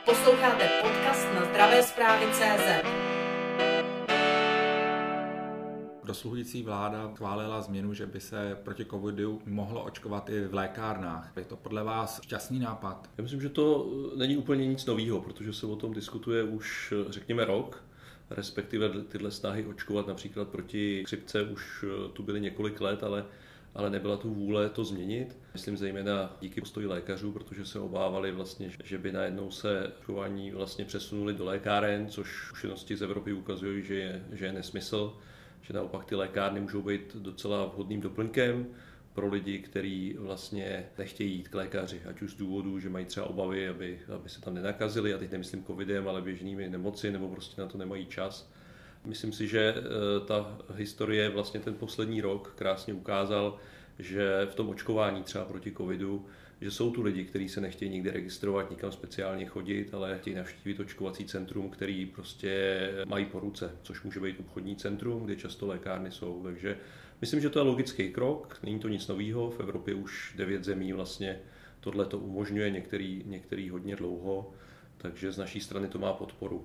Posloucháte podcast na zdravésprávy.cz. Dosluhující vláda schválila změnu, že by se proti covidu mohlo očkovat i v lékárnách. Je to podle vás šťastný nápad? Já myslím, že to není úplně nic nového, protože se o tom diskutuje už řekněme rok, respektive tyhle snahy očkovat například proti chřipce už tu byly několik let, ale nebyla tu vůle to změnit. Myslím zejména díky postoji lékařů, protože se obávali vlastně, že by najednou se očkování vlastně přesunuli do lékáren, což zkušenosti z Evropy ukazují, že je nesmysl, že naopak ty lékárny můžou být docela vhodným doplňkem pro lidi, kteří vlastně nechtějí jít k lékaři, ať už z důvodu, že mají třeba obavy, aby se tam nenakazili, a teď nemyslím covidem, ale běžnými nemoci, nebo prostě na to nemají čas. Myslím si, že ta historie, vlastně ten poslední rok krásně ukázal, že v tom očkování třeba proti covidu, že jsou tu lidi, kteří se nechtějí nikde registrovat, nikam speciálně chodit, ale chtějí navštívit očkovací centrum, který prostě mají po ruce, což může být obchodní centrum, kde často lékárny jsou. Takže myslím, že to je logický krok, není to nic nového, v Evropě už 9 zemí vlastně tohle to umožňuje, některý hodně dlouho, takže z naší strany to má podporu.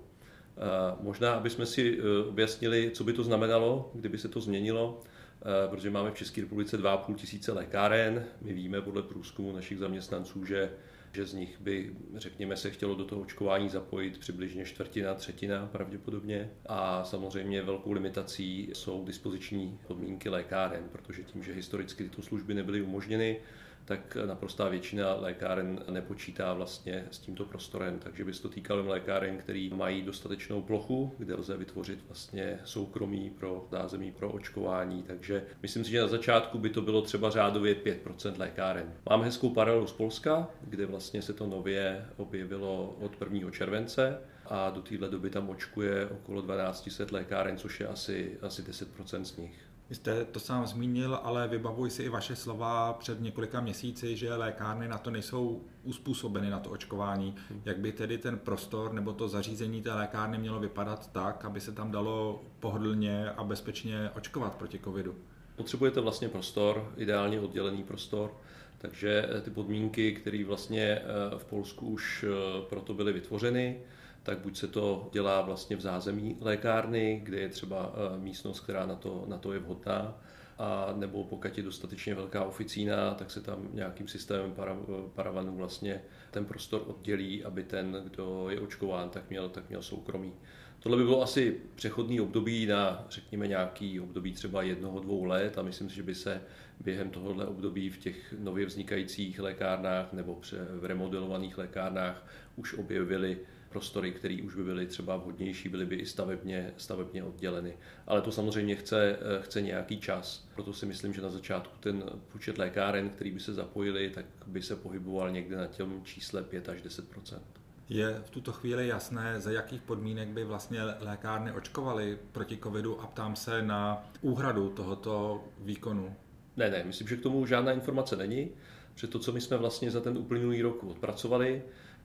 Možná, aby jsme si objasnili, co by to znamenalo, kdyby se to změnilo, protože máme v České republice 2,5 tisíce lékáren. My víme podle průzkumu našich zaměstnanců, že z nich by, řekněme, se chtělo do toho očkování zapojit přibližně čtvrtina, třetina pravděpodobně. A samozřejmě velkou limitací jsou dispoziční podmínky lékáren, protože tím, že historicky tyto služby nebyly umožněny, tak naprostá většina lékáren nepočítá vlastně s tímto prostorem, takže by se to týkalo lékáren, který mají dostatečnou plochu, kde lze vytvořit vlastně soukromí pro zázemí pro očkování, takže myslím si, že na začátku by to bylo třeba řádově 5% lékáren. Máme hezkou paralelu z Polska, kde vlastně se to nově objevilo od 1. července a do téhle doby tam očkuje okolo 1200 lékáren, což je asi 10% z nich. Vy jste to sám zmínil, ale vybavuji si i vaše slova před několika měsíci, že lékárny na to nejsou uspůsobeny na to očkování. Jak by tedy ten prostor nebo to zařízení té lékárny mělo vypadat tak, aby se tam dalo pohodlně a bezpečně očkovat proti covidu? Potřebujete vlastně prostor, ideálně oddělený prostor, takže ty podmínky, které vlastně v Polsku už proto byly vytvořeny, tak buď se to dělá vlastně v zázemí lékárny, kde je třeba místnost, která na to je vhodná, a nebo pokud je dostatečně velká oficína, tak se tam nějakým systémem paravanů vlastně ten prostor oddělí, aby ten, kdo je očkován, tak měl soukromí. Tohle by bylo asi přechodný období na, řekněme, nějaký období třeba 1-2 let, a myslím si, že by se během tohohle období v těch nově vznikajících lékárnách nebo v remodelovaných lékárnách už objevily prostory, které už by byly třeba vhodnější, byly by i stavebně odděleny. Ale to samozřejmě chce nějaký čas. Proto si myslím, že na začátku ten počet lékáren, který by se zapojili, tak by se pohyboval někde na těm čísle 5 až 10%. Je v tuto chvíli jasné, za jakých podmínek by vlastně lékárny očkovaly proti covidu, a ptám se na úhradu tohoto výkonu? Ne, myslím, že k tomu žádná informace není. Protože to, co my jsme vlastně za ten uplynulý rok odpracovali,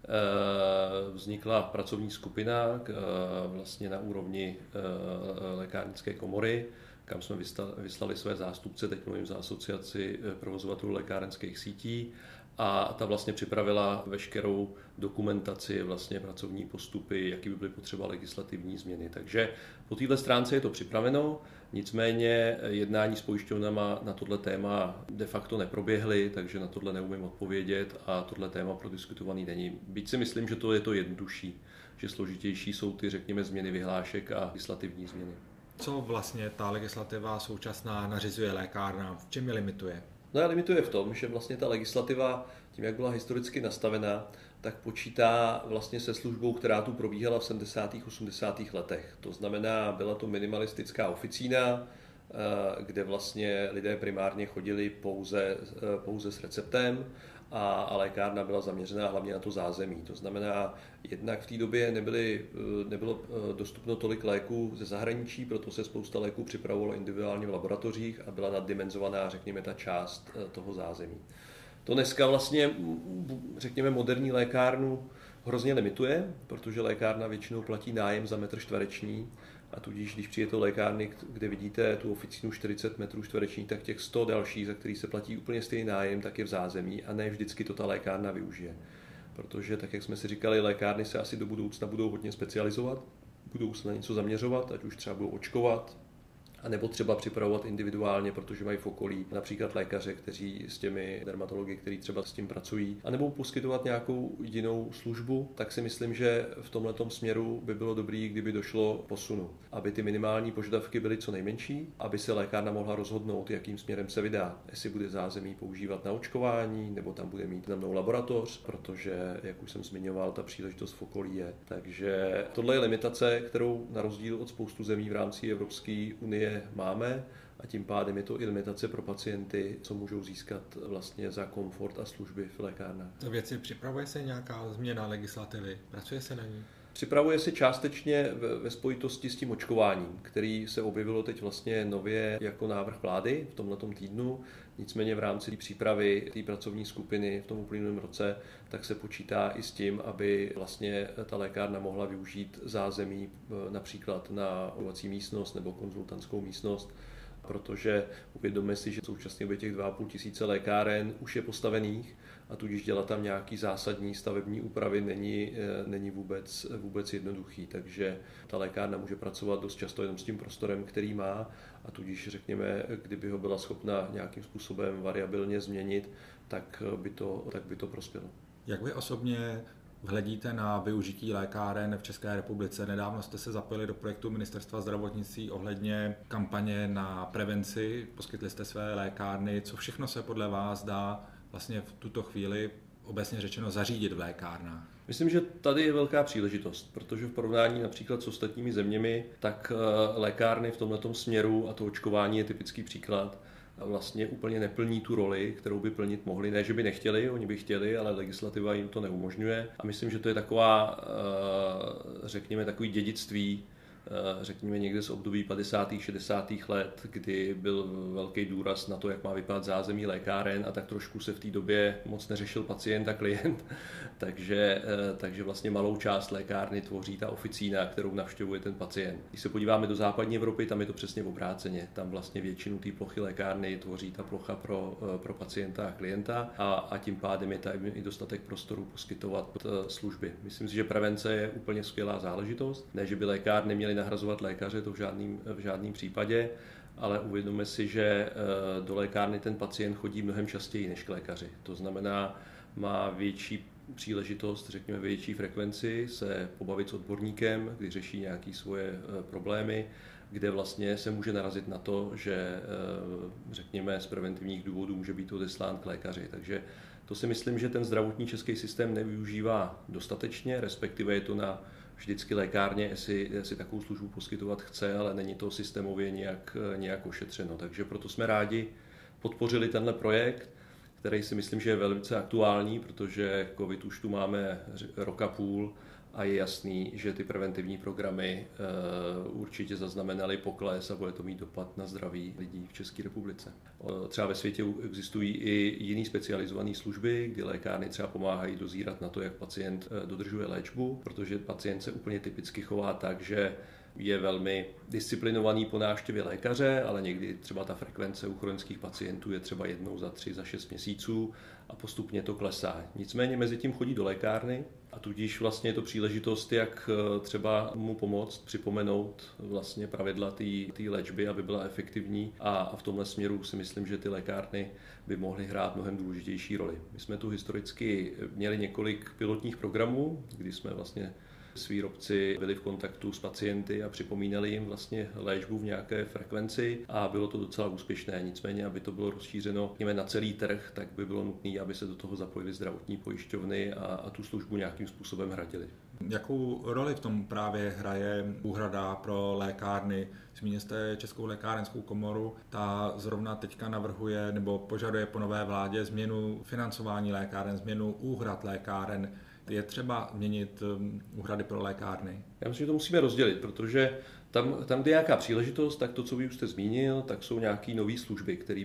vznikla pracovní skupina vlastně na úrovni lékárnické komory, kam jsme vyslali své zástupce, teď mluvím za asociaci provozovatelů lékárenských sítí, a ta vlastně připravila veškerou dokumentaci, vlastně pracovní postupy, jaký by byly potřeba legislativní změny. Takže po této stránce je to připraveno, nicméně jednání s pojišťovnama na tohle téma de facto neproběhly, takže na tohle neumím odpovědět a tohle téma prodiskutovaný není. Byť si myslím, že to je to jednodušší, že složitější jsou ty, řekněme, změny vyhlášek a legislativní změny. Co vlastně ta legislativa současná nařizuje lékárnám? V čem je limituje? No a limituje v tom, že vlastně ta legislativa, tím jak byla historicky nastavena, tak počítá vlastně se službou, která tu probíhala v 70. 80. letech. To znamená, byla to minimalistická oficína, kde vlastně lidé primárně chodili pouze s receptem, a lékárna byla zaměřená hlavně na to zázemí. To znamená, jednak v té době nebylo dostupno tolik léků ze zahraničí, proto se spousta léků připravovalo individuálně v laboratořích a byla naddimenzovaná, řekněme, ta část toho zázemí. To dneska vlastně, řekněme, moderní lékárnu hrozně limituje, protože lékárna většinou platí nájem za metr čtvereční, a tudíž, když přijete do lékárny, kde vidíte tu oficínu 40 metrů čtverečních, tak těch 100 dalších, za který se platí úplně stejný nájem, tak je v zázemí, a ne vždycky to ta lékárna využije. protože tak, jak jsme si říkali, lékárny se asi do budoucna budou hodně specializovat, budou se na něco zaměřovat, ať už třeba budou očkovat, a nebo třeba připravovat individuálně, protože mají v okolí například lékaře, kteří s těmi dermatology, kteří třeba s tím pracují, a nebo poskytovat nějakou jinou službu, tak si myslím, že v tomhletom směru by bylo dobré, kdyby došlo posunu, aby ty minimální požadavky byly co nejmenší, aby se lékárna mohla rozhodnout, jakým směrem se vydá, jestli bude zázemí používat na očkování, nebo tam bude mít danou laboratoř, protože, jak už jsem zmiňoval, ta příležitost v okolí je. Takže tohle je limitace, kterou na rozdíl od spoustu zemí v rámci Evropské unie máme, a tím pádem je to i limitace pro pacienty, co můžou získat vlastně za komfort a služby v lékárnách. To věci připravuje se nějaká změna legislativy? Pracuje se na ní? Připravuje se částečně ve spojitosti s tím očkováním, který se objevilo teď vlastně nově jako návrh vlády v tomhletom týdnu. Nicméně v rámci přípravy té pracovní skupiny v tom uplynulém roce tak se počítá i s tím, aby vlastně ta lékárna mohla využít zázemí například na očkovací místnost nebo konzultantskou místnost, protože uvědomme si, že současně by těch 2,5 tisíce lékáren už je postavených a tudíž dělat tam nějaký zásadní stavební úpravy není vůbec jednoduchý. Takže ta lékárna může pracovat dost často jenom s tím prostorem, který má, a tudíž řekněme, kdyby ho byla schopna nějakým způsobem variabilně změnit, tak by to prospělo. Jak vy osobně hledíte na využití lékáren v České republice? Nedávno jste se zapojili do projektu Ministerstva zdravotnictví ohledně kampaně na prevenci, poskytli jste své lékárny. Co všechno se podle vás dá vlastně v tuto chvíli obecně řečeno zařídit v lékárnách? Myslím, že tady je velká příležitost, protože v porovnání například s ostatními zeměmi, tak lékárny v tomhletom směru, a to očkování je typický příklad, vlastně úplně neplní tu roli, kterou by plnit mohli. Ne, že by nechtěli, oni by chtěli, ale legislativa jim to neumožňuje. A myslím, že to je taková, řekněme, takový dědictví, řekněme někde z období 50. 60. let, kdy byl velký důraz na to, jak má vypadat zázemí lékáren, a tak trošku se v té době moc neřešil pacient a klient. takže vlastně malou část lékárny tvoří ta oficína, kterou navštěvuje ten pacient. Když se podíváme do západní Evropy, tam je to přesně obráceně. Tam vlastně většinu té plochy lékárny tvoří ta plocha pro pacienta a klienta, a tím pádem je tam i dostatek prostoru poskytovat služby. Myslím si, že prevence je úplně skvělá záležitost. Ne, že by lékárny měly nahrazovat lékaře, to v žádném případě, ale uvědomme si, že do lékárny ten pacient chodí mnohem častěji než k lékaři. To znamená, má větší příležitost, řekněme větší frekvenci se pobavit s odborníkem, když řeší nějaké svoje problémy, kde vlastně se může narazit na to, že řekněme z preventivních důvodů může být odeslán k lékaři. Takže to si myslím, že ten zdravotní český systém nevyužívá dostatečně, respektive je to na vždycky lékárně, jestli takovou službu poskytovat chce, ale není to systémově nějak ošetřeno. Takže proto jsme rádi podpořili tenhle projekt, který si myslím, že je velice aktuální, protože COVID už tu máme rok a půl a je jasný, že ty preventivní programy určitě zaznamenaly pokles a bude to mít dopad na zdraví lidí v České republice. Třeba ve světě existují i jiné specializované služby, kdy lékárny třeba pomáhají dozírat na to, jak pacient dodržuje léčbu, protože pacient se úplně typicky chová tak, že je velmi disciplinovaný po návštěvě lékaře, ale někdy třeba ta frekvence u chronických pacientů je třeba 1 za 3, za 6 měsíců a postupně to klesá. Nicméně mezi tím chodí do lékárny a tudíž vlastně je to příležitost, jak třeba mu pomoct, připomenout vlastně pravidla té léčby, aby byla efektivní, a v tomhle směru si myslím, že ty lékárny by mohly hrát mnohem důležitější roli. My jsme tu historicky měli několik pilotních programů, kdy jsme vlastně s výrobci byli v kontaktu s pacienty a připomínali jim vlastně léčbu v nějaké frekvenci a bylo to docela úspěšné. Nicméně, aby to bylo rozšířeno na celý trh, tak by bylo nutné, aby se do toho zapojily zdravotní pojišťovny a tu službu nějakým způsobem hradily. Jakou roli v tom právě hraje úhrada pro lékárny? Zmínil jste Českou lékárenskou komoru, ta zrovna teďka navrhuje nebo požaduje po nové vládě změnu financování lékáren, změnu úhrad lékáren. Je třeba měnit úhrady pro lékárny? Já myslím, že to musíme rozdělit, protože tam, kde je nějaká příležitost, tak to, co vy už jste zmínil, tak jsou nějaké nové služby, které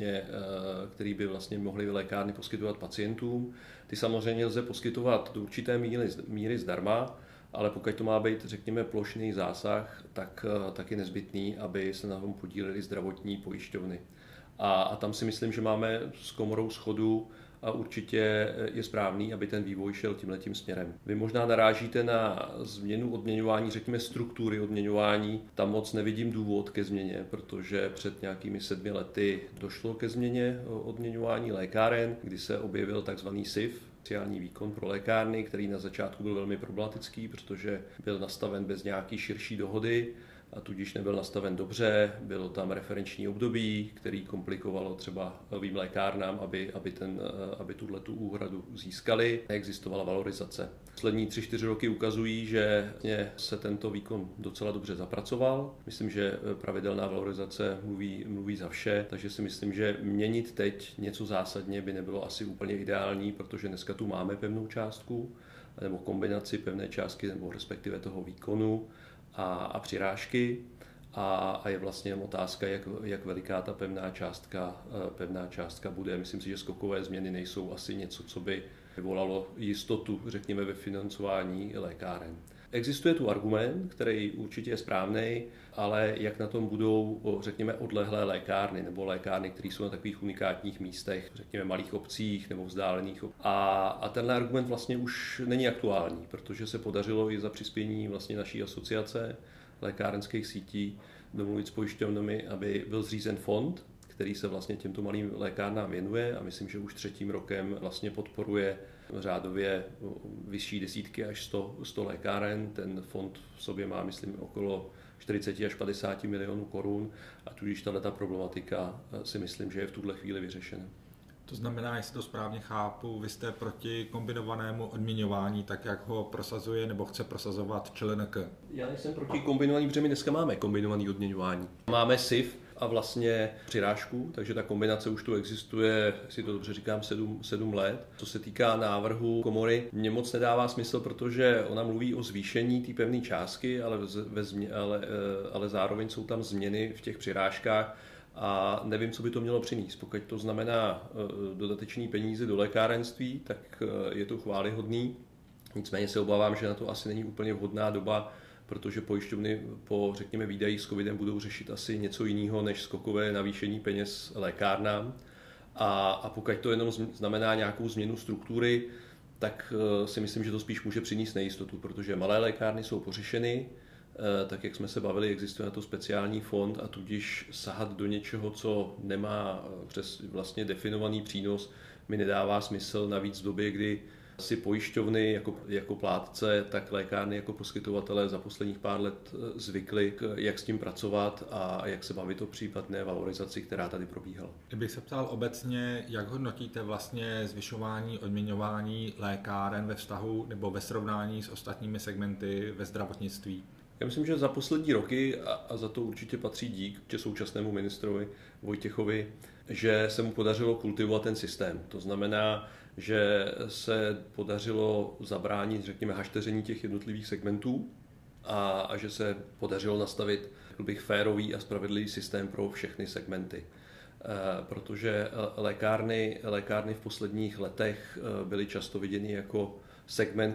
by vlastně mohly lékárny poskytovat pacientům. Ty samozřejmě lze poskytovat do určité míry zdarma, ale pokud to má být, řekněme, plošný zásah, tak je nezbytný, aby se na tom podílely zdravotní pojišťovny. A tam si myslím, že máme s komorou shodu a určitě je správný, aby ten vývoj šel tímhletím směrem. Vy možná narážíte na změnu odměňování, řekněme struktury odměňování. Tam moc nevidím důvod ke změně, protože před nějakými 7 lety došlo ke změně odměňování lékáren, kdy se objevil takzvaný SIF, sociální výkon pro lékárny, který na začátku byl velmi problematický, protože byl nastaven bez nějaký širší dohody a tudíž nebyl nastaven dobře. Bylo tam referenční období, který komplikovalo třeba novým lékárnám, aby tuhletu úhradu získali. Neexistovala valorizace. Poslední 3-4 roky ukazují, že se tento výkon docela dobře zapracoval. Myslím, že pravidelná valorizace mluví za vše, takže si myslím, že měnit teď něco zásadně by nebylo asi úplně ideální, protože dneska tu máme pevnou částku, nebo kombinaci pevné částky, nebo respektive toho výkonu a přirážky. A je vlastně otázka, jak veliká ta pevná částka bude. Myslím si, že skokové změny nejsou asi něco, co by vyvolalo jistotu, řekněme, ve financování lékáren. Existuje tu argument, který určitě je správný, ale jak na tom budou, řekněme, odlehlé lékárny nebo lékárny, které jsou na takových unikátních místech, řekněme, malých obcích nebo vzdálených. A tenhle argument vlastně už není aktuální, protože se podařilo i za přispění vlastně naší asociace lékárenských sítí domluvit s pojišťovnami, aby byl zřízen fond, který se vlastně těmto malým lékárnám věnuje a myslím, že už 3. rokem vlastně podporuje řádově vyšší desítky až 100 lékáren. Ten fond v sobě má, myslím, okolo 40 až 50 milionů korun a tudíž tato problematika si myslím, že je v tuhle chvíli vyřešena. To znamená, jestli to správně chápu, vy jste proti kombinovanému odměňování, tak jak ho prosazuje nebo chce prosazovat ČLNK? Já nejsem proti kombinovaný, protože my dneska máme kombinované odměňování. Máme SIF a vlastně přirážku, takže ta kombinace už tu existuje, jestli to dobře říkám, 7 let. Co se týká návrhu komory, mně moc nedává smysl, protože ona mluví o zvýšení té pevné částky, ale zároveň jsou tam změny v těch přirážkách, a nevím, co by to mělo přinést. Pokud to znamená dodatečné peníze do lékárenství, tak je to chvályhodný. Nicméně se obávám, že na to asi není úplně vhodná doba, protože pojišťovny po, řekněme, výdajích s covidem budou řešit asi něco jiného než skokové navýšení peněz lékárnám. A pokud to jenom znamená nějakou změnu struktury, tak si myslím, že to spíš může přinést nejistotu, protože malé lékárny jsou pořešeny, tak jak jsme se bavili, existuje na to speciální fond a tudíž sahat do něčeho, co nemá přes vlastně definovaný přínos, mi nedává smysl, navíc v době, kdy si pojišťovny jako plátce, tak lékárny jako poskytovatelé za posledních pár let zvykli, jak s tím pracovat a jak se bavit o případné valorizaci, která tady probíhala. Kdybych se ptal obecně, jak hodnotíte vlastně zvyšování odměňování lékáren ve vztahu nebo ve srovnání s ostatními segmenty ve zdravotnictví? Já myslím, že za poslední roky, a za to určitě patří dík současnému ministrovi Vojtěchovi, že se mu podařilo kultivovat ten systém. To znamená, že se podařilo zabránit, řekněme, hašteření těch jednotlivých segmentů a že se podařilo nastavit, řekl bych, férový a spravedlivý systém pro všechny segmenty. Protože lékárny v posledních letech byly často viděny jako segment,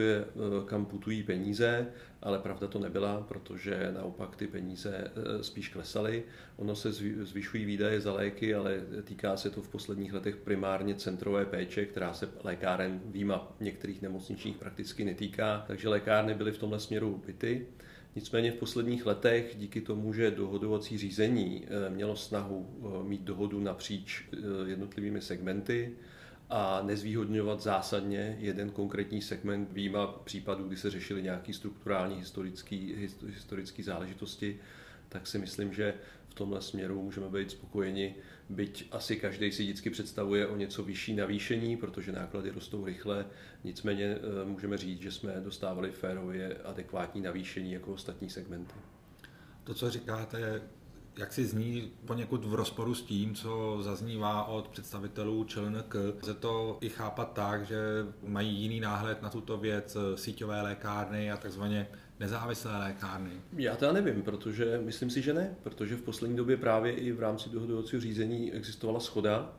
kam putují peníze, ale pravda to nebyla, protože naopak ty peníze spíš klesaly. Ono se zvyšují výdaje za léky, ale týká se to v posledních letech primárně centrové péče, která se lékáren výjima některých nemocničních prakticky netýká, takže lékárny byly v tomhle směru bity. Nicméně v posledních letech díky tomu, že dohodovací řízení mělo snahu mít dohodu napříč jednotlivými segmenty, a nezvýhodňovat zásadně jeden konkrétní segment výjima případů, kdy se řešily nějaké strukturální historické záležitosti, tak si myslím, že v tomhle směru můžeme být spokojeni, byť asi každý si vždycky představuje o něco vyšší navýšení, protože náklady rostou rychle, nicméně můžeme říct, že jsme dostávali férově adekvátní navýšení jako ostatní segmenty. To, co říkáte, jak si zní poněkud v rozporu s tím, co zaznívá od představitelů ČLNK. Lze to i chápat tak, že mají jiný náhled na tuto věc síťové lékárny a takzvaně nezávislé lékárny? Já to nevím, protože myslím si, že ne, protože v poslední době právě i v rámci dohodovacího řízení existovala shoda.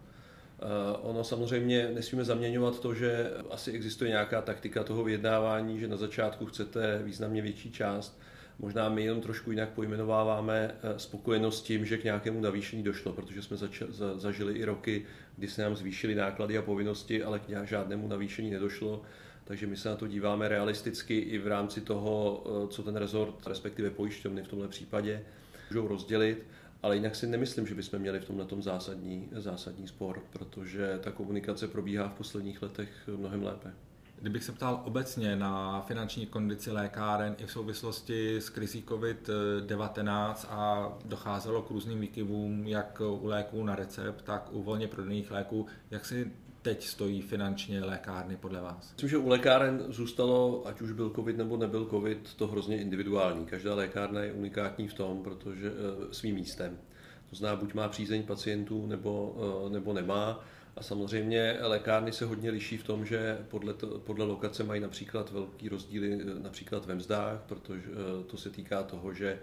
Ono samozřejmě nesmíme zaměňovat to, že asi existuje nějaká taktika toho vyjednávání, že na začátku chcete významně větší část. Možná my jenom trošku jinak pojmenováváme spokojenost tím, že k nějakému navýšení došlo, protože jsme zažili i roky, kdy se nám zvýšily náklady a povinnosti, ale k žádnému navýšení nedošlo. Takže my se na to díváme realisticky i v rámci toho, co ten rezort, respektive pojišťovny v tomhle případě, můžou rozdělit. Ale jinak si nemyslím, že bychom měli v tomhletom zásadní spor, protože ta komunikace probíhá v posledních letech mnohem lépe. Kdybych se ptal obecně na finanční kondici lékáren i v souvislosti s krizí COVID-19 a docházelo k různým výkyvům, jak u léků na recept, tak u volně prodaných léků, jak si teď stojí finančně lékárny podle vás? Myslím, že u lékáren zůstalo, ať už byl covid nebo nebyl covid, to hrozně individuální. Každá lékárna je unikátní v tom, protože svým místem. To znamená, buď má přízeň pacientů, nebo nemá. A samozřejmě lékárny se hodně liší v tom, že podle lokace mají například velký rozdíly například ve mzdách, protože to se týká toho, že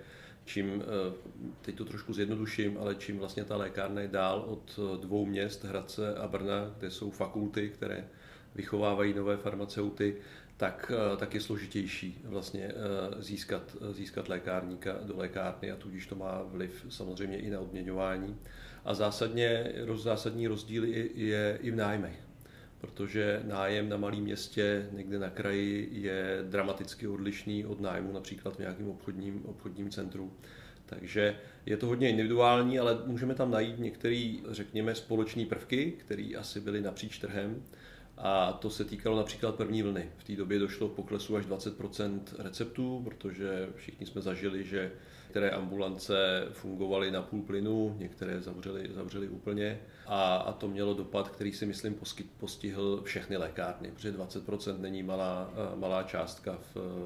teď to trošku zjednoduším, ale čím vlastně ta lékárna je dál od dvou měst, Hradce a Brna, kde jsou fakulty, které vychovávají nové farmaceuty, tak je složitější vlastně získat lékárníka do lékárny a tudíž to má vliv samozřejmě i na odměňování. A zásadní rozdíly je i v nájmech, protože nájem na malém městě někde na kraji je dramaticky odlišný od nájmu například v nějakém obchodním centru. Takže je to hodně individuální, ale můžeme tam najít některé, řekněme, společné prvky, které asi byly napříč trhem. A to se týkalo například první vlny. V té době došlo k poklesu až 20% receptů, protože všichni jsme zažili, že některé ambulance fungovaly na půl plynu, některé zavřely úplně a to mělo dopad, který si myslím postihl všechny lékárny, protože 20% není malá částka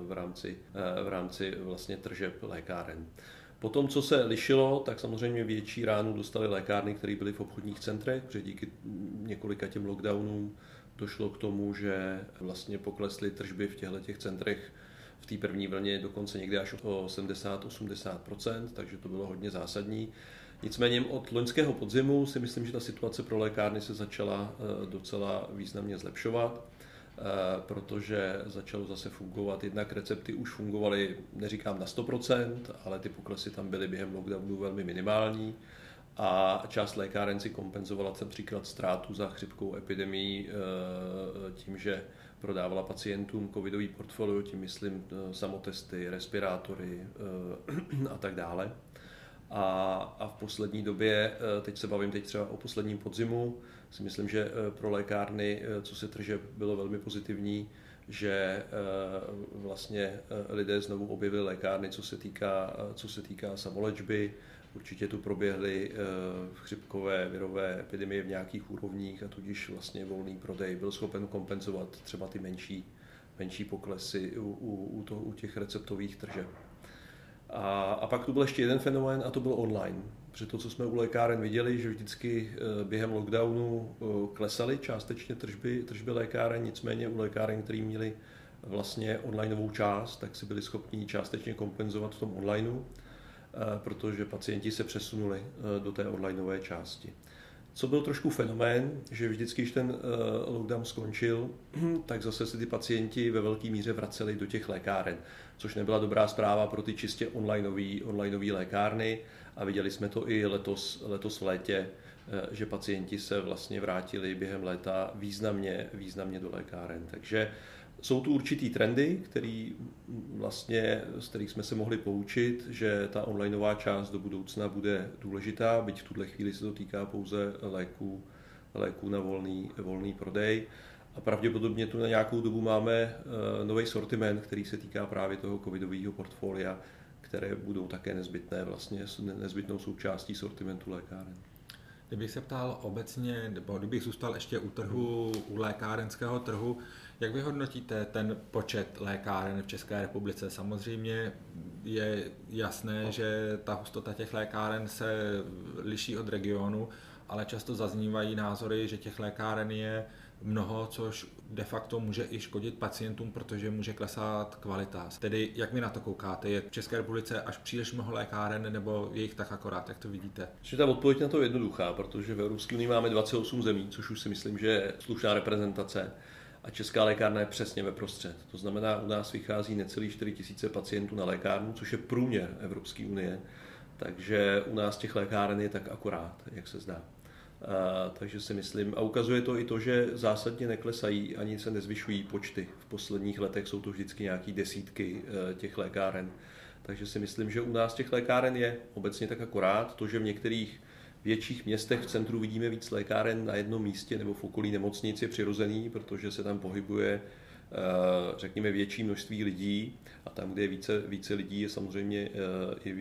v rámci vlastně tržeb lékáren. Potom, co se lišilo, tak samozřejmě větší ránu dostaly lékárny, které byly v obchodních centrech, protože díky několika těm lockdownům došlo k tomu, že vlastně poklesly tržby v těchto centrech v té první vlně dokonce někde až o 70-80%, takže to bylo hodně zásadní. Nicméně od loňského podzimu si myslím, že ta situace pro lékárny se začala docela významně zlepšovat, protože začalo zase fungovat. Jednak recepty už fungovaly, neříkám na 100%, ale ty poklesy tam byly během lockdownu velmi minimální. A část lékáren si kompenzovala například ztrátu za chřipkovou epidemii tím, že prodávala pacientům covidový portfolio, tím myslím samotesty, respirátory a tak dále. A v poslední době, teď se bavím třeba o posledním podzimu, si myslím, že pro lékárny, co se tržeb, bylo velmi pozitivní, že vlastně lidé znovu objevili lékárny, co se týká samolečby. Určitě tu proběhly chřipkové virové epidemie v nějakých úrovních a tudíž vlastně volný prodej byl schopen kompenzovat třeba ty menší poklesy u těch receptových tržeb. A pak tu byl ještě jeden fenomén a to byl online. Protože to, co jsme u lékáren viděli, že vždycky během lockdownu klesaly částečně tržby lékáren, nicméně u lékáren, které měly vlastně onlineovou část, tak si byli schopni částečně kompenzovat v tom onlineu, protože pacienti se přesunuli do té onlineové části. Co byl trošku fenomén, že vždycky, když ten lockdown skončil, tak zase se ty pacienti ve velké míře vraceli do těch lékáren, což nebyla dobrá zpráva pro ty čistě onlineové lékárny a viděli jsme to i letos v létě, že pacienti se vlastně vrátili během léta významně do lékáren. Takže jsou tu určitý trendy, z kterých jsme se mohli poučit, že ta onlineová část do budoucna bude důležitá, byť v tuhle chvíli se to týká pouze léků na volný prodej. A pravděpodobně tu na nějakou dobu máme nový sortiment, který se týká právě toho covidového portfolia, které budou také nezbytnou součástí sortimentu lékáren. Kdybych se ptal obecně, nebo kdybych zůstal ještě u lékárenského trhu, jak vyhodnotíte ten počet lékáren v České republice? Samozřejmě je jasné, že ta hustota těch lékáren se liší od regionu, ale často zaznívají názory, že těch lékáren je mnoho, což de facto může i škodit pacientům, protože může klesat kvalita. Tedy jak vy na to koukáte? Je v České republice až příliš mnoho lékáren, nebo je jich tak akorát? Jak to vidíte? Ta odpověď na to je jednoduchá, protože v Evropské unii máme 28 zemí, což už si myslím, že je slušná reprezentace. a Česká lékárna je přesně ve prostřed. To znamená, u nás vychází necelých 4 000 pacientů na lékárnu, což je průměr Evropské unie. Takže u nás těch lékáren je tak akorát, jak se zdá. Takže si myslím, a ukazuje to i to, že zásadně neklesají, ani se nezvyšují počty. V posledních letech jsou to vždycky nějaký desítky těch lékáren. Takže si myslím, že u nás těch lékáren je obecně tak akorát. To, že v některých větších městech v centru vidíme víc lékáren na jednom místě nebo v okolí nemocnic, je přirozený, protože se tam pohybuje řekněme větší množství lidí a tam, kde je více lidí, je samozřejmě i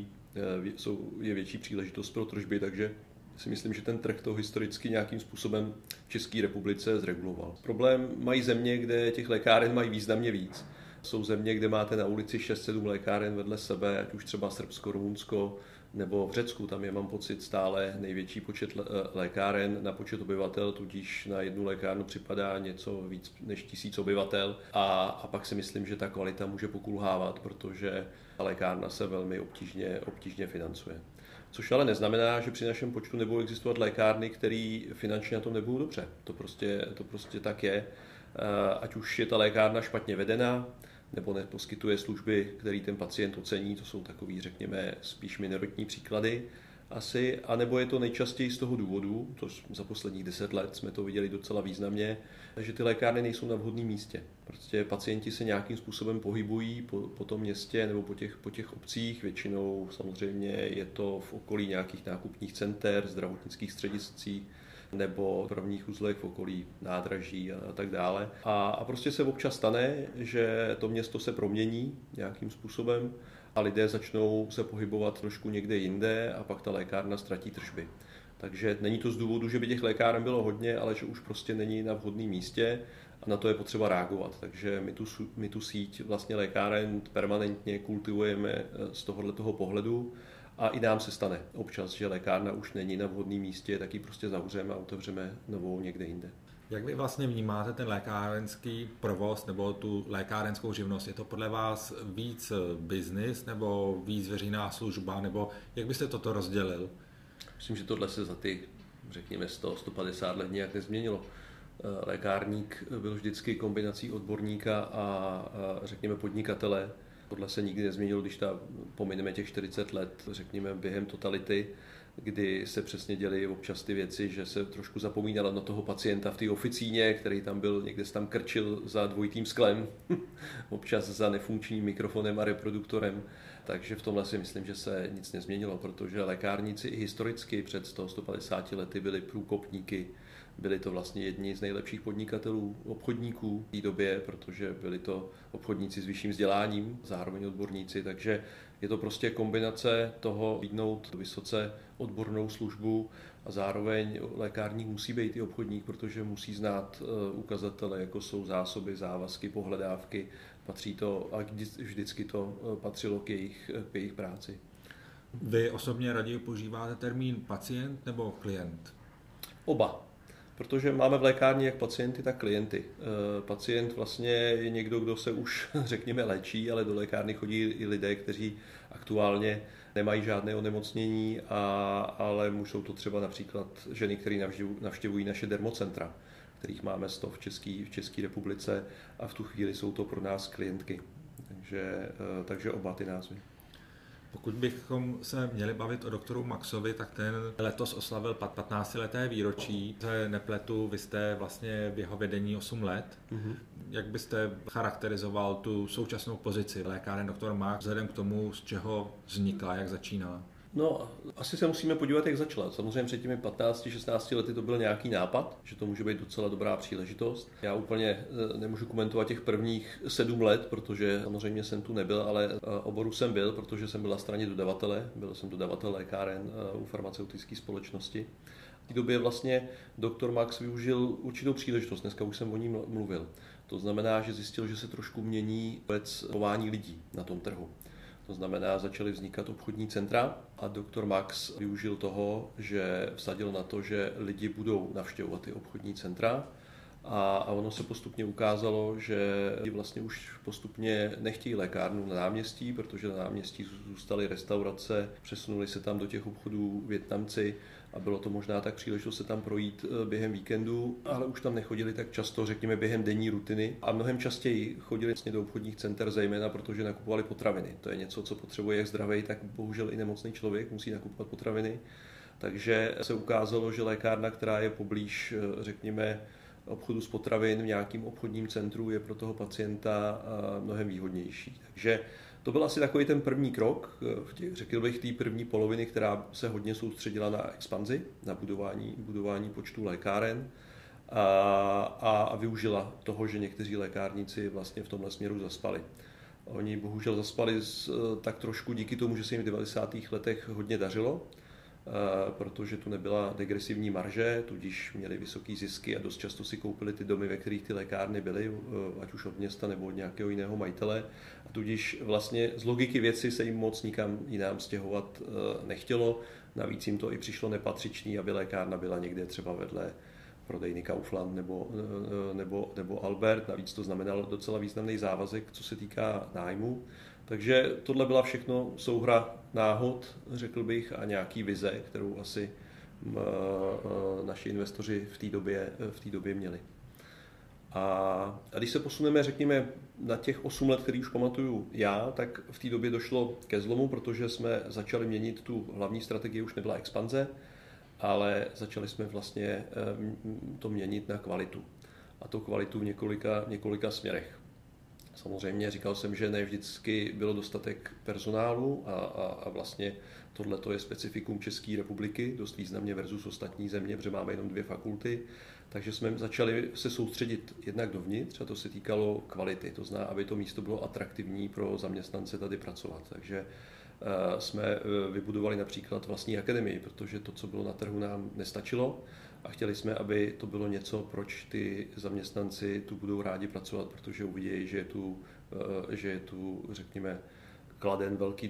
větší příležitost pro tržby, takže si myslím, že ten trh to historicky nějakým způsobem v České republice zreguloval. Problém mají země, kde těch lékáren mají významně víc. Jsou země, kde máte na ulici 6-7 lékáren vedle sebe, ať už třeba Srbsko, Rumunsko, nebo v Řecku, tam je, mám pocit, stále největší počet lékáren na počet obyvatel, tudíž na jednu lékárnu připadá něco víc než 1000 obyvatel a pak si myslím, že ta kvalita může pokulhávat, protože ta lékárna se velmi obtížně financuje. Což ale neznamená, že při našem počtu nebudou existovat lékárny, které finančně na tom nebudou dobře. To prostě tak je. Ať už je ta lékárna špatně vedená, nebo neposkytuje služby, které ten pacient ocení, to jsou takový, řekněme, spíš minoritní příklady asi, anebo je to nejčastěji z toho důvodu, to za posledních 10 let jsme to viděli docela významně, že ty lékárny nejsou na vhodném místě. Prostě pacienti se nějakým způsobem pohybují po tom městě nebo po těch obcích, většinou samozřejmě je to v okolí nějakých nákupních center, zdravotnických střediscích, nebo prvních uzlech v okolí nádraží a tak dále. A prostě se občas stane, že to město se promění nějakým způsobem a lidé začnou se pohybovat trošku někde jinde a pak ta lékárna ztratí tržby. Takže není to z důvodu, že by těch lékáren bylo hodně, ale že už prostě není na vhodném místě a na to je potřeba reagovat. Takže my tu síť vlastně lékáren permanentně kultivujeme z tohoto pohledu. A i nám se stane občas, že lékárna už není na vhodném místě, tak ji prostě zavřeme a otevřeme novou někde jinde. Jak vy vlastně vnímáte ten lékárenský provoz nebo tu lékárenskou živnost? Je to podle vás víc biznis nebo víc veřejná služba, nebo jak byste toto rozdělil? Myslím, že tohle se za ty, řekněme, 100-150 let nějak nezměnilo. Lékárník byl vždycky kombinací odborníka a řekněme podnikatele. Tohle se nikdy nezměnilo, když pomineme těch 40 let, řekněme, během totality, kdy se přesně děly občas ty věci, že se trošku zapomínalo na toho pacienta v té oficíně, který tam byl, někde se tam krčil za dvojitým sklem, občas za nefunkčním mikrofonem a reproduktorem. Takže v tomhle si myslím, že se nic nezměnilo, protože lékárníci i historicky před 150 lety byli průkopníky. Byli to vlastně jedni z nejlepších podnikatelů, obchodníků v té době, protože byli to obchodníci s vyšším vzděláním, zároveň odborníci, takže je to prostě kombinace toho nabídnout vysoce odbornou službu a zároveň lékárník musí být i obchodník, protože musí znát ukazatele, jako jsou zásoby, závazky, pohledávky, patří to a vždycky to patřilo k jejich práci. Vy osobně raději používáte termín pacient nebo klient? Oba. Protože máme v lékárně jak pacienty, tak klienty. Pacient vlastně je někdo, kdo se už, řekněme, léčí, ale do lékárny chodí i lidé, kteří aktuálně nemají žádné onemocnění, ale jsou to třeba například ženy, které navštěvují naše dermocentra, kterých máme 100 v České republice a v tu chvíli jsou to pro nás klientky. Takže oba ty názvy. Pokud bychom se měli bavit o doktoru Maxovi, tak ten letos oslavil 15leté výročí. Se nepletu, vy jste vlastně v jeho vedení 8 let. Mm-hmm. Jak byste charakterizoval tu současnou pozici lékáren doktor Max vzhledem k tomu, z čeho vznikla, jak začínala? No, asi se musíme podívat, jak začala. Samozřejmě před těmi 15-16 lety to byl nějaký nápad, že to může být docela dobrá příležitost. Já úplně nemůžu komentovat těch prvních 7 let, protože samozřejmě jsem tu nebyl, ale oboru jsem byl, protože jsem byl na straně dodavatele. Byl jsem dodavatel lékáren u farmaceutické společnosti. V té době vlastně doktor Max využil určitou příležitost, dneska už jsem o ní mluvil. To znamená, že zjistil, že se trošku mění vůbec chování lidí na tom trhu. To znamená, začaly vznikat obchodní centra a doktor Max využil toho, že vsadil na to, že lidi budou navštěvovat ty obchodní centra A ono se postupně ukázalo, že vlastně už postupně nechtějí lékárnu na náměstí, protože na náměstí zůstaly restaurace, přesunuli se tam do těch obchodů Vietnamci a bylo to možná tak příležitost se tam projít během víkendu, ale už tam nechodili tak často, řekněme během denní rutiny a mnohem častěji chodili vlastně do obchodních center, zejména protože nakupovali potraviny. To je něco, co potřebuje jak zdravý, tak bohužel i nemocný člověk, musí nakupovat potraviny. Takže se ukázalo, že lékárna, která je poblíž, řekněme, obchodu s potravin v nějakém obchodním centru, je pro toho pacienta mnohem výhodnější. Takže to byl asi takový ten první krok, řekl bych, té první poloviny, která se hodně soustředila na expanzi, na budování počtu lékáren a využila toho, že někteří lékárníci vlastně v tomhle směru zaspali. Oni bohužel zaspali tak trošku díky tomu, že se jim v 90. letech hodně dařilo, protože tu nebyla degresivní marže, tudíž měli vysoký zisky a dost často si koupili ty domy, ve kterých ty lékárny byly, ať už od města nebo od nějakého jiného majitele. A tudíž vlastně z logiky věci se jim moc nikam jinam stěhovat nechtělo. Navíc jim to i přišlo nepatřičný, aby lékárna byla někde třeba vedle prodejny Kaufland nebo Albert. Navíc to znamenalo docela významný závazek, co se týká nájmu. Takže tohle byla všechno souhra náhod, řekl bych, a nějaký vize, kterou asi naši investoři v té době měli. A když se posuneme, řekněme, na těch 8 let, který už pamatuju já, tak v té době došlo ke zlomu, protože jsme začali měnit tu hlavní strategii, už nebyla expanze, ale začali jsme vlastně to měnit na kvalitu. A to kvalitu v několika směrech. Samozřejmě říkal jsem, že ne vždycky bylo dostatek personálu a vlastně tohleto je specifikum České republiky, dost významně versus ostatní země, protože máme jenom 2 fakulty. Takže jsme začali se soustředit jednak dovnitř a to se týkalo kvality. To znamená, aby to místo bylo atraktivní pro zaměstnance tady pracovat. Takže jsme vybudovali například vlastní akademii, protože to, co bylo na trhu, nám nestačilo. A chtěli jsme, aby to bylo něco, proč ty zaměstnanci tu budou rádi pracovat, protože uvidějí, že je tu, řekněme, kladen velký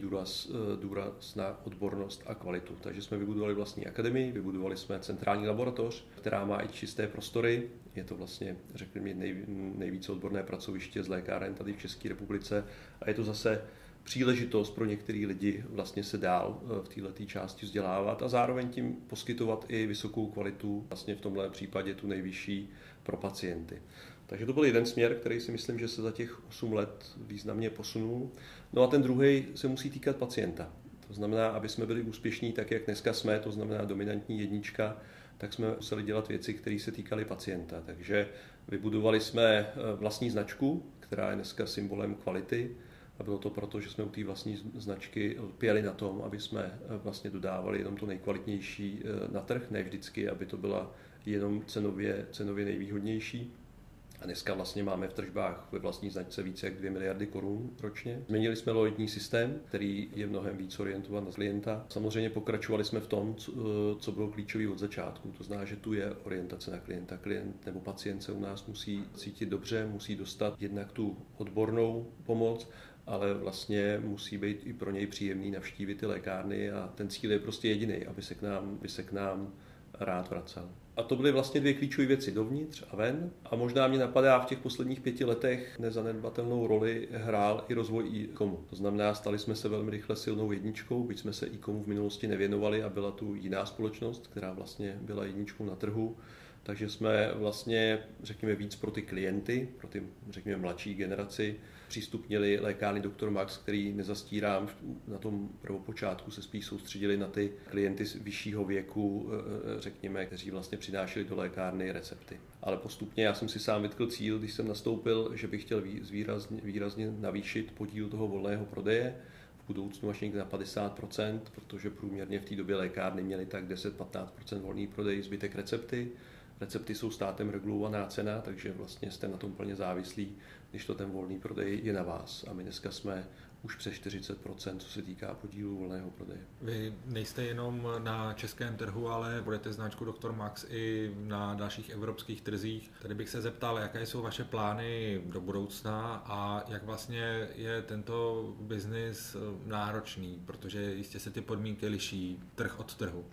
důraz na odbornost a kvalitu. Takže jsme vybudovali vlastní akademii, vybudovali jsme centrální laboratoř, která má i čisté prostory. Je to vlastně, řekněme, nejvíce odborné pracoviště z lékáren tady v České republice a je to zase příležitost pro některé lidi vlastně se dál v této části vzdělávat a zároveň tím poskytovat i vysokou kvalitu, vlastně v tomhle případě tu nejvyšší pro pacienty. Takže to byl jeden směr, který si myslím, že se za těch 8 let významně posunul. No a ten druhý se musí týkat pacienta. To znamená, aby jsme byli úspěšní tak, jak dneska jsme, to znamená dominantní jednička, tak jsme museli dělat věci, které se týkaly pacienta. Takže vybudovali jsme vlastní značku, která je dneska symbolem kvality. A bylo to proto, že jsme u té vlastní značky lpěli na tom, aby jsme vlastně dodávali jenom to nejkvalitnější na trh, ne vždycky, aby to byla jenom cenově nejvýhodnější. A dneska vlastně máme v tržbách ve vlastní značce více jak 2 miliardy korun ročně. Změnili jsme loajalitní systém, který je mnohem víc orientovat na klienta. Samozřejmě pokračovali jsme v tom, co bylo klíčové od začátku. To znamená, že tu je orientace na klienta. Klient nebo pacient se u nás musí cítit dobře, musí dostat jednak tu odbornou pomoc, ale vlastně musí být i pro něj příjemný navštívit ty lékárny a ten cíl je prostě jediný, aby se k nám rád vracel. A to byly vlastně 2 klíčové věci, dovnitř a ven. A možná mě napadá, v těch posledních 5 letech nezanedbatelnou roli hrál i rozvoj e-comu. To znamená, stali jsme se velmi rychle silnou jedničkou, byť jsme se e-comu v minulosti nevěnovali a byla tu jiná společnost, která vlastně byla jedničkou na trhu. Takže jsme vlastně, řekněme, víc pro ty klienty, pro ty, řekněme, mladší generaci, přístupnili lékárny Dr. Max, který nezastírám, na tom prvopočátku se spíš soustředili na ty klienty z vyššího věku, řekněme, kteří vlastně přinášeli do lékárny recepty. Ale postupně já jsem si sám vytkl cíl, když jsem nastoupil, že bych chtěl výrazně navýšit podíl toho volného prodeje, v budoucnu až někde na 50%, protože průměrně v té době lékárny měly tak 10-15% volný prodej, zbytek recepty. Recepty jsou státem regulovaná cena, takže vlastně jste na tom plně závislí, když to ten volný prodej je na vás. A my dneska jsme už přes 40%, co se týká podílu volného prodeje. Vy nejste jenom na českém trhu, ale budete značku Dr. Max i na dalších evropských trzích. Tady bych se zeptal, jaké jsou vaše plány do budoucna a jak vlastně je tento biznis náročný, protože jistě se ty podmínky liší trh od trhu.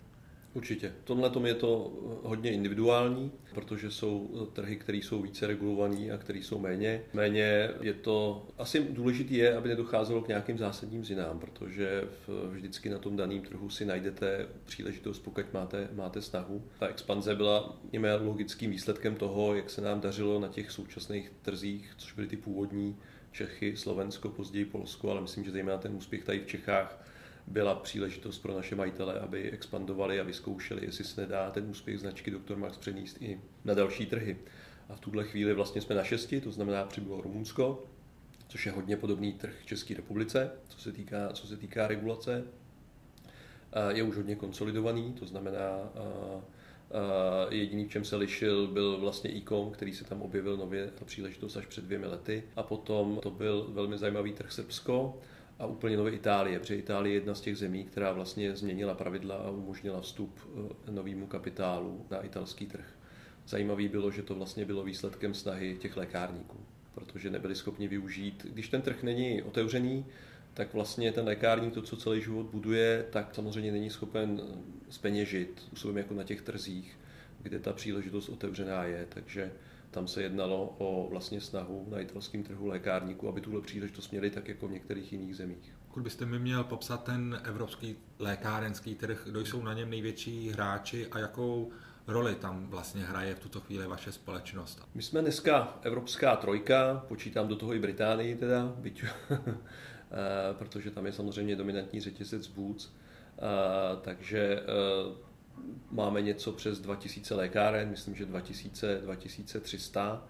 Určitě. V tomhle tom je to hodně individuální, protože jsou trhy, které jsou více regulované a které jsou méně. Méně je to, asi důležité je, aby nedocházelo k nějakým zásadním změnám, protože vždycky na tom daném trhu si najdete příležitost, pokud máte snahu. Ta expanze byla logickým výsledkem toho, jak se nám dařilo na těch současných trzích, což byly ty původní Čechy, Slovensko, později Polsko, ale myslím, že zejména ten úspěch tady v Čechách byla příležitost pro naše majitele, aby expandovali a vyzkoušeli, jestli se nedá ten úspěch značky Dr. Max přenést i na další trhy. A v tuhle chvíli vlastně jsme na 6, to znamená přibylo Rumunsko, což je hodně podobný trh v České republice, co se týká regulace. Je už hodně konsolidovaný, to znamená jediný, v čem se lišil, byl vlastně e-com, který se tam objevil nově na příležitost až před 2 lety. A potom to byl velmi zajímavý trh Srbsko a úplně nově Itálie, protože Itálie je jedna z těch zemí, která vlastně změnila pravidla a umožnila vstup novému kapitálu na italský trh. Zajímavý bylo, že to vlastně bylo výsledkem snahy těch lékárníků, protože nebyli schopni využít. Když ten trh není otevřený, tak vlastně ten lékárník, to, co celý život buduje, tak samozřejmě není schopen zpeněžit způsobem jako na těch trzích, kde ta příležitost otevřená je. Takže tam se jednalo o vlastně snahu na italském trhu lékárníků, aby tuhle příležitost měli tak jako v některých jiných zemích. Pokud byste mi měl popsat ten evropský lékárenský trh, kdo jsou na něm největší hráči a jakou roli tam vlastně hraje v tuto chvíli vaše společnost? My jsme dneska evropská trojka, počítám do toho i Británii teda, byť protože tam je samozřejmě dominantní řetězec Boots, takže máme něco přes 2000 lékáren, myslím, že 2300.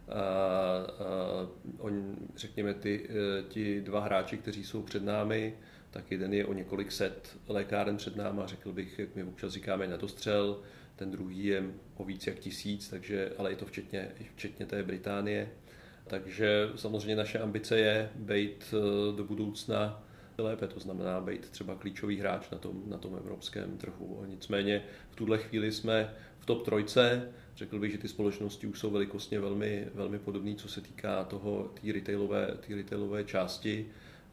Řekněme, ti dva hráči, kteří jsou před námi, tak jeden je o několik set lékáren před náma, řekl bych, jak my občas říkáme, na dostřel, ten druhý je o víc jak 1000, takže, ale je to včetně té Británie. Takže samozřejmě naše ambice je být do budoucna lépe, to znamená být třeba klíčový hráč na tom evropském trhu. Nicméně v tuhle chvíli jsme v top 3. Řekl bych, že ty společnosti už jsou velikostně velmi, velmi podobné, co se týká té retailové části.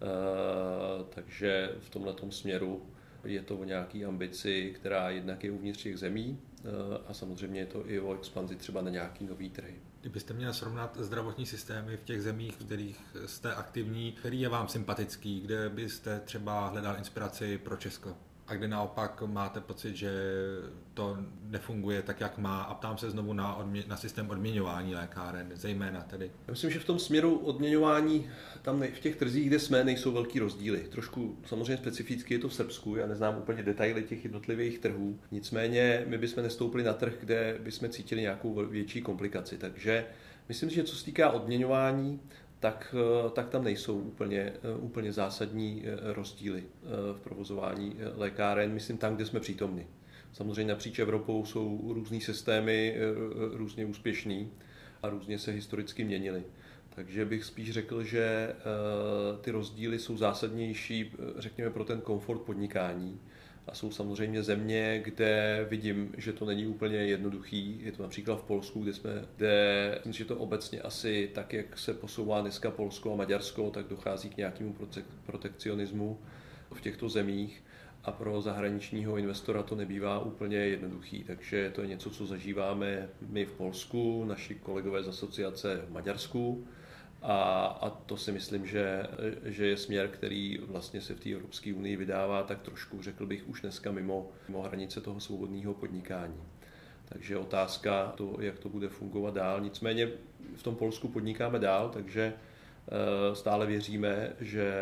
Takže v tomhletom směru je to o nějaké ambici, která jednak je uvnitř těch zemí a samozřejmě je to i o expanzi třeba na nějaký nový trhy. Kdybyste měl srovnat zdravotní systémy v těch zemích, v kterých jste aktivní, který je vám sympatický, kde byste třeba hledal inspiraci pro Česko? A kde naopak máte pocit, že to nefunguje tak, jak má, a ptám se znovu na systém odměňování lékáren, zejména tedy. Já myslím, že v tom směru odměňování, tam v těch trzích, kde jsme, nejsou velký rozdíly. Trošku samozřejmě specificky je to v Srbsku, já neznám úplně detaily těch jednotlivých trhů, nicméně my bychom nestoupili na trh, kde bychom cítili nějakou větší komplikaci, takže myslím si, že co se týká odměňování, tak tam nejsou úplně zásadní rozdíly v provozování lékáren, myslím tam, kde jsme přítomni. Samozřejmě napříč Evropou jsou různý systémy, různě úspěšný a různě se historicky měnily. Takže bych spíš řekl, že ty rozdíly jsou zásadnější, řekněme, pro ten komfort podnikání. A jsou samozřejmě země, kde vidím, že to není úplně jednoduchý. Je to například v Polsku, kde myslím, že to obecně asi tak, jak se posouvá dneska Polsko a Maďarsko, tak dochází k nějakému protekcionismu v těchto zemích. A pro zahraničního investora to nebývá úplně jednoduchý. Takže to je něco, co zažíváme my v Polsku, naši kolegové z asociace v Maďarsku. A to si myslím, že je směr, který vlastně se v té Evropské unii vydává tak trošku, řekl bych, už dneska mimo hranice toho svobodného podnikání. Takže otázka, jak to bude fungovat dál. Nicméně v tom Polsku podnikáme dál, takže stále věříme,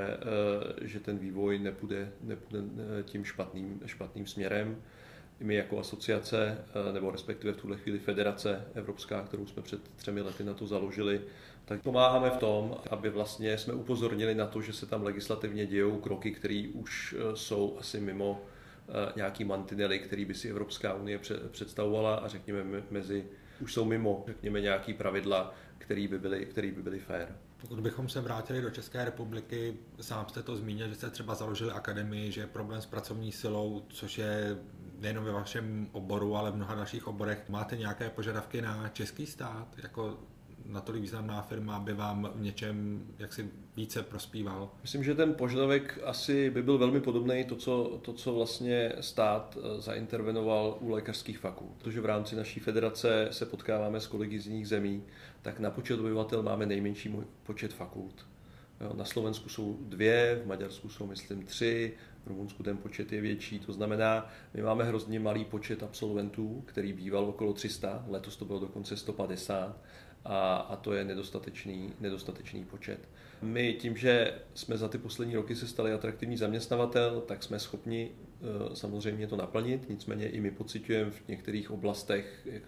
že ten vývoj nepůjde tím špatným směrem. My jako asociace, nebo respektive v tuhle chvíli federace evropská, kterou jsme před 3 lety na to založili, tak pomáháme v tom, aby vlastně jsme upozornili na to, že se tam legislativně dějou kroky, které už jsou asi mimo nějaký mantinely, který by si Evropská unie představovala a řekněme už jsou mimo, řekněme, nějaký pravidla, které by byly fair. Pokud bychom se vrátili do České republiky, sám jste to zmínil, že jste třeba založili akademii, že je problém s pracovní silou, což je nejen ve vašem oboru, ale v mnoha dalších oborech. Máte nějaké požadavky na český stát? Jako natolik významná firma, aby vám v něčem jaksi více prospíval? Myslím, že ten požadavek asi by byl velmi podobný to, co vlastně stát zaintervenoval u lékařských fakult. Protože v rámci naší federace se potkáváme s kolegy z jiných zemí, tak na počet obyvatel máme nejmenší počet fakult. Na Slovensku jsou 2, v Maďarsku jsou, myslím, 3, v Rumunsku ten počet je větší. To znamená, my máme hrozně malý počet absolventů, který býval okolo 300, letos to bylo dokonce 150 a to je nedostatečný počet. My tím, že jsme za ty poslední roky se stali atraktivní zaměstnavatel, tak jsme schopni samozřejmě to naplnit, nicméně i my pociťujeme v některých oblastech, jak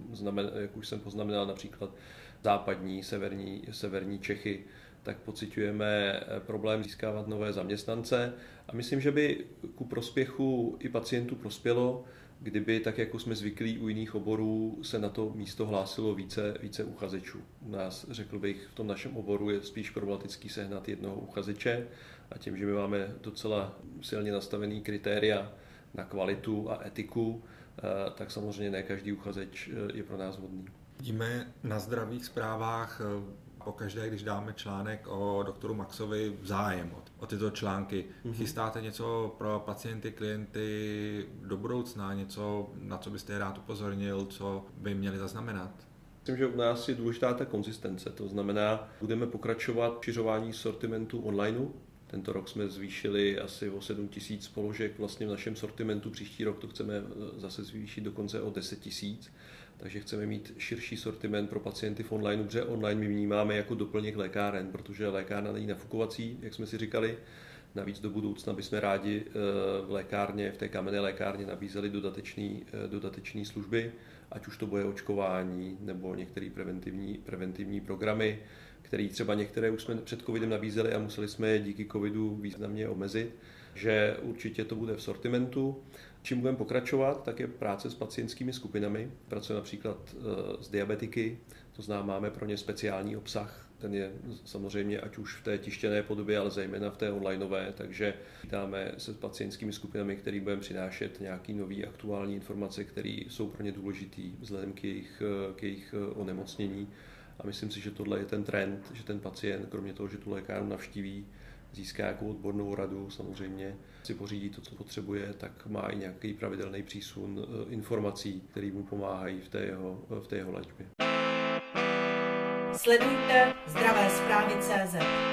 už jsem poznamenal, například západní, severní Čechy, tak pociťujeme problém získávat nové zaměstnance a myslím, že by ku prospěchu i pacientů prospělo, kdyby, tak jako jsme zvyklí u jiných oborů, se na to místo hlásilo více uchazečů. U nás, řekl bych, v tom našem oboru je spíš problematický sehnat jednoho uchazeče a tím, že my máme docela silně nastavený kritéria na kvalitu a etiku, tak samozřejmě ne každý uchazeč je pro nás vhodný. Vidíme na Zdravých zprávách pokaždé, když dáme článek o doktoru Maxovi, zájem o tyto články. Chystáte něco pro pacienty, klienty do budoucna, něco, na co byste je rád upozornil, co by měli zaznamenat? Myslím, že u nás je důležitá ta konzistence, to znamená, budeme pokračovat v šiřování sortimentu onlineu. Tento rok jsme zvýšili asi o 7 000 položek vlastně v našem sortimentu, příští rok to chceme zase zvýšit dokonce o 10 000. Takže chceme mít širší sortiment pro pacienty v onlineu, protože online my vnímáme jako doplněk lékáren, protože lékárna není nafukovací, jak jsme si říkali. Navíc do budoucna bychom rádi v té kamenné lékárně nabízeli dodatečné služby, ať už to bude očkování nebo některé preventivní programy, které třeba některé už jsme před covidem nabízeli a museli jsme je díky covidu významně omezit, že určitě to bude v sortimentu. Čím budeme pokračovat, tak je práce s pacientskými skupinami. Pracujeme například s diabetiky, to znamená, máme pro ně speciální obsah. Ten je samozřejmě ať už v té tištěné podobě, ale zejména v té onlineové, takže vítáme se s pacientskými skupinami, který budeme přinášet nějaký nový aktuální informace, které jsou pro ně důležité vzhledem k jejich onemocnění. A myslím si, že tohle je ten trend, že ten pacient, kromě toho, že tu lékárnu navštíví, získá nějakou odbornou radu, samozřejmě si pořídí to, co potřebuje, tak má i nějaký pravidelný přísun informací, které mu pomáhají v té jeho léčbě. Sledujte Zdravé zprávy.cz.